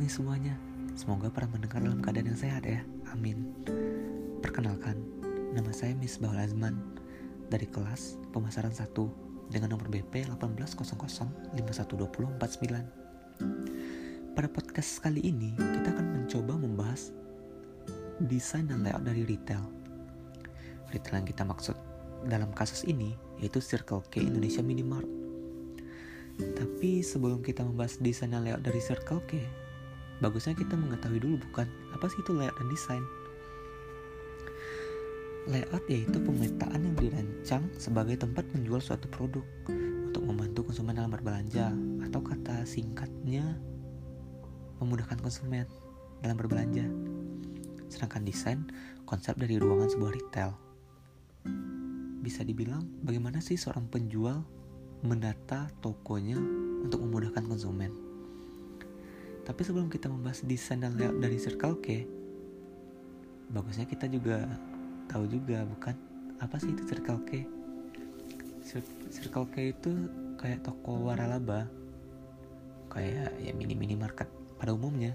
nih semuanya. Semoga para mendengar dalam keadaan yang sehat ya. Amin. Perkenalkan, nama saya Misbahul Azman dari kelas pemasaran 1 dengan nomor BP 1800512049. Pada podcast kali ini, kita akan mencoba membahas desain dan layout dari retail. Retail yang kita maksud dalam kasus ini yaitu Circle K Indonesia Minimart. Tapi sebelum kita membahas desain dan layout dari Circle K, bagusnya kita mengetahui dulu bukan apa sih itu layout dan desain. Layout yaitu pemetaan yang dirancang sebagai tempat menjual suatu produk untuk membantu konsumen dalam berbelanja, atau kata singkatnya memudahkan konsumen dalam berbelanja. Sedangkan desain konsep dari ruangan sebuah retail. Bisa dibilang bagaimana sih seorang penjual menata tokonya untuk memudahkan konsumen. Tapi sebelum kita membahas desain dan layout dari Circle K, bagusnya kita juga tahu juga bukan apa sih itu Circle K. Circle K itu kayak toko waralaba, kayak ya mini market pada umumnya.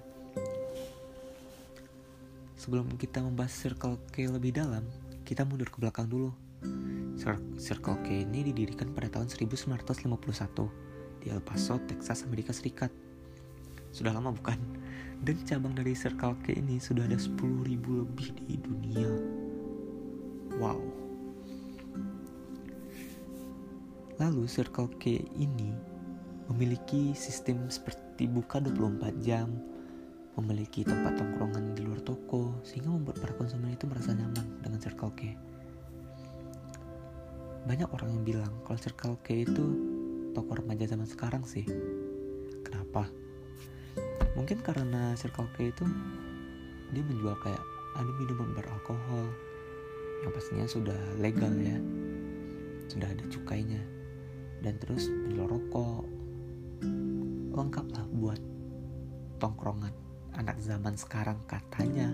Sebelum kita membahas Circle K lebih dalam, kita mundur ke belakang dulu. Circle K ini didirikan pada tahun 1951 di El Paso, Texas, Amerika Serikat. Sudah lama bukan? Dan cabang dari Circle K ini sudah ada 10.000 lebih di dunia. Wow. Lalu Circle K ini memiliki sistem seperti buka 24 jam, memiliki tempat tongkrongan di luar toko, sehingga membuat para konsumen itu merasa nyaman dengan Circle K. Banyak orang yang bilang kalau Circle K itu toko remaja zaman sekarang sih. Kenapa? Mungkin karena Circle K itu dia menjual kayak ada minuman beralkohol yang pastinya sudah legal ya, sudah ada cukainya, dan terus menjual rokok. Lengkap lah buat tongkrongan anak zaman sekarang katanya.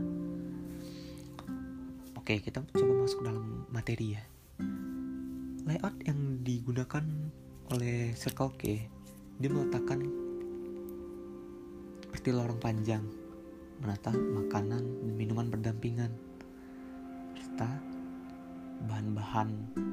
Oke, kita coba masuk dalam materi ya. Layout yang digunakan oleh Circle K, dia meletakkan seperti lorong panjang, menata makanan dan minuman berdampingan, serta bahan-bahan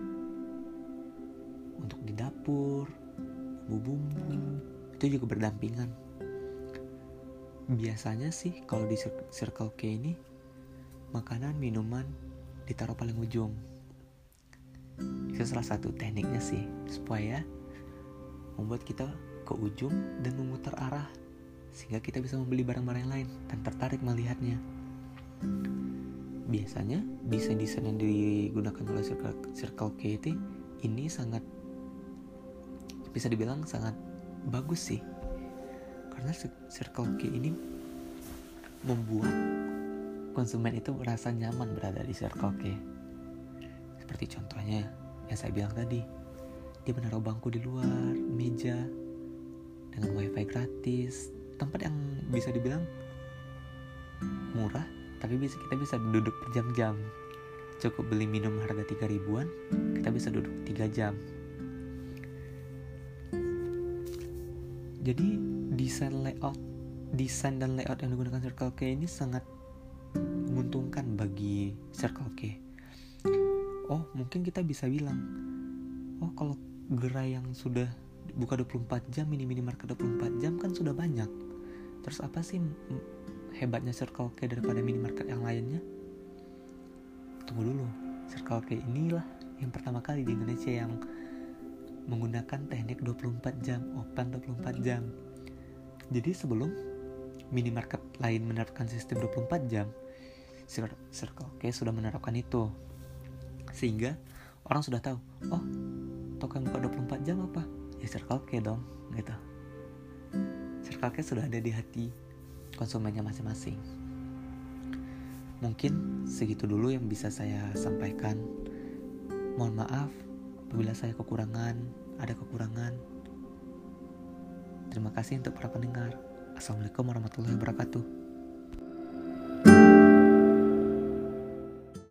untuk di dapur, bumbu-bumbu itu juga berdampingan. Biasanya sih kalau di Circle K ini makanan minuman ditaruh paling ujung. Itu salah satu tekniknya sih, supaya membuat kita ke ujung dan memutar arah sehingga kita bisa membeli barang-barang yang lain dan tertarik melihatnya. Biasanya desain-desain yang digunakan oleh Circle K ini sangat, bisa dibilang sangat bagus sih, karena Circle K ini membuat konsumen itu merasa nyaman berada di Circle K. Seperti contohnya yang saya bilang tadi, dia menaruh bangku di luar, meja dengan wifi gratis, tempat yang bisa dibilang murah, tapi kita bisa duduk berjam-jam. Cukup beli minum harga 3.000-an, kita bisa duduk 3 jam. Jadi desain dan layout yang digunakan Circle K ini sangat menguntungkan bagi Circle K. Oh, mungkin kita bisa bilang, oh kalau gerai yang sudah buka 24 jam, mini market 24 jam kan sudah banyak. Terus apa sih hebatnya Circle K daripada minimarket yang lainnya? Tunggu dulu, Circle K inilah yang pertama kali di Indonesia yang menggunakan teknik 24 jam, open 24 jam. Jadi sebelum minimarket lain menerapkan sistem 24 jam, Circle K sudah menerapkan itu. Sehingga orang sudah tahu, oh toko yang buka 24 jam apa? Ya Circle K dong, gitu. Circle K sudah ada di hati konsumennya masing-masing. Mungkin segitu dulu yang bisa saya sampaikan. Mohon maaf apabila saya ada kekurangan. Terima kasih untuk para pendengar. Assalamualaikum warahmatullahi wabarakatuh.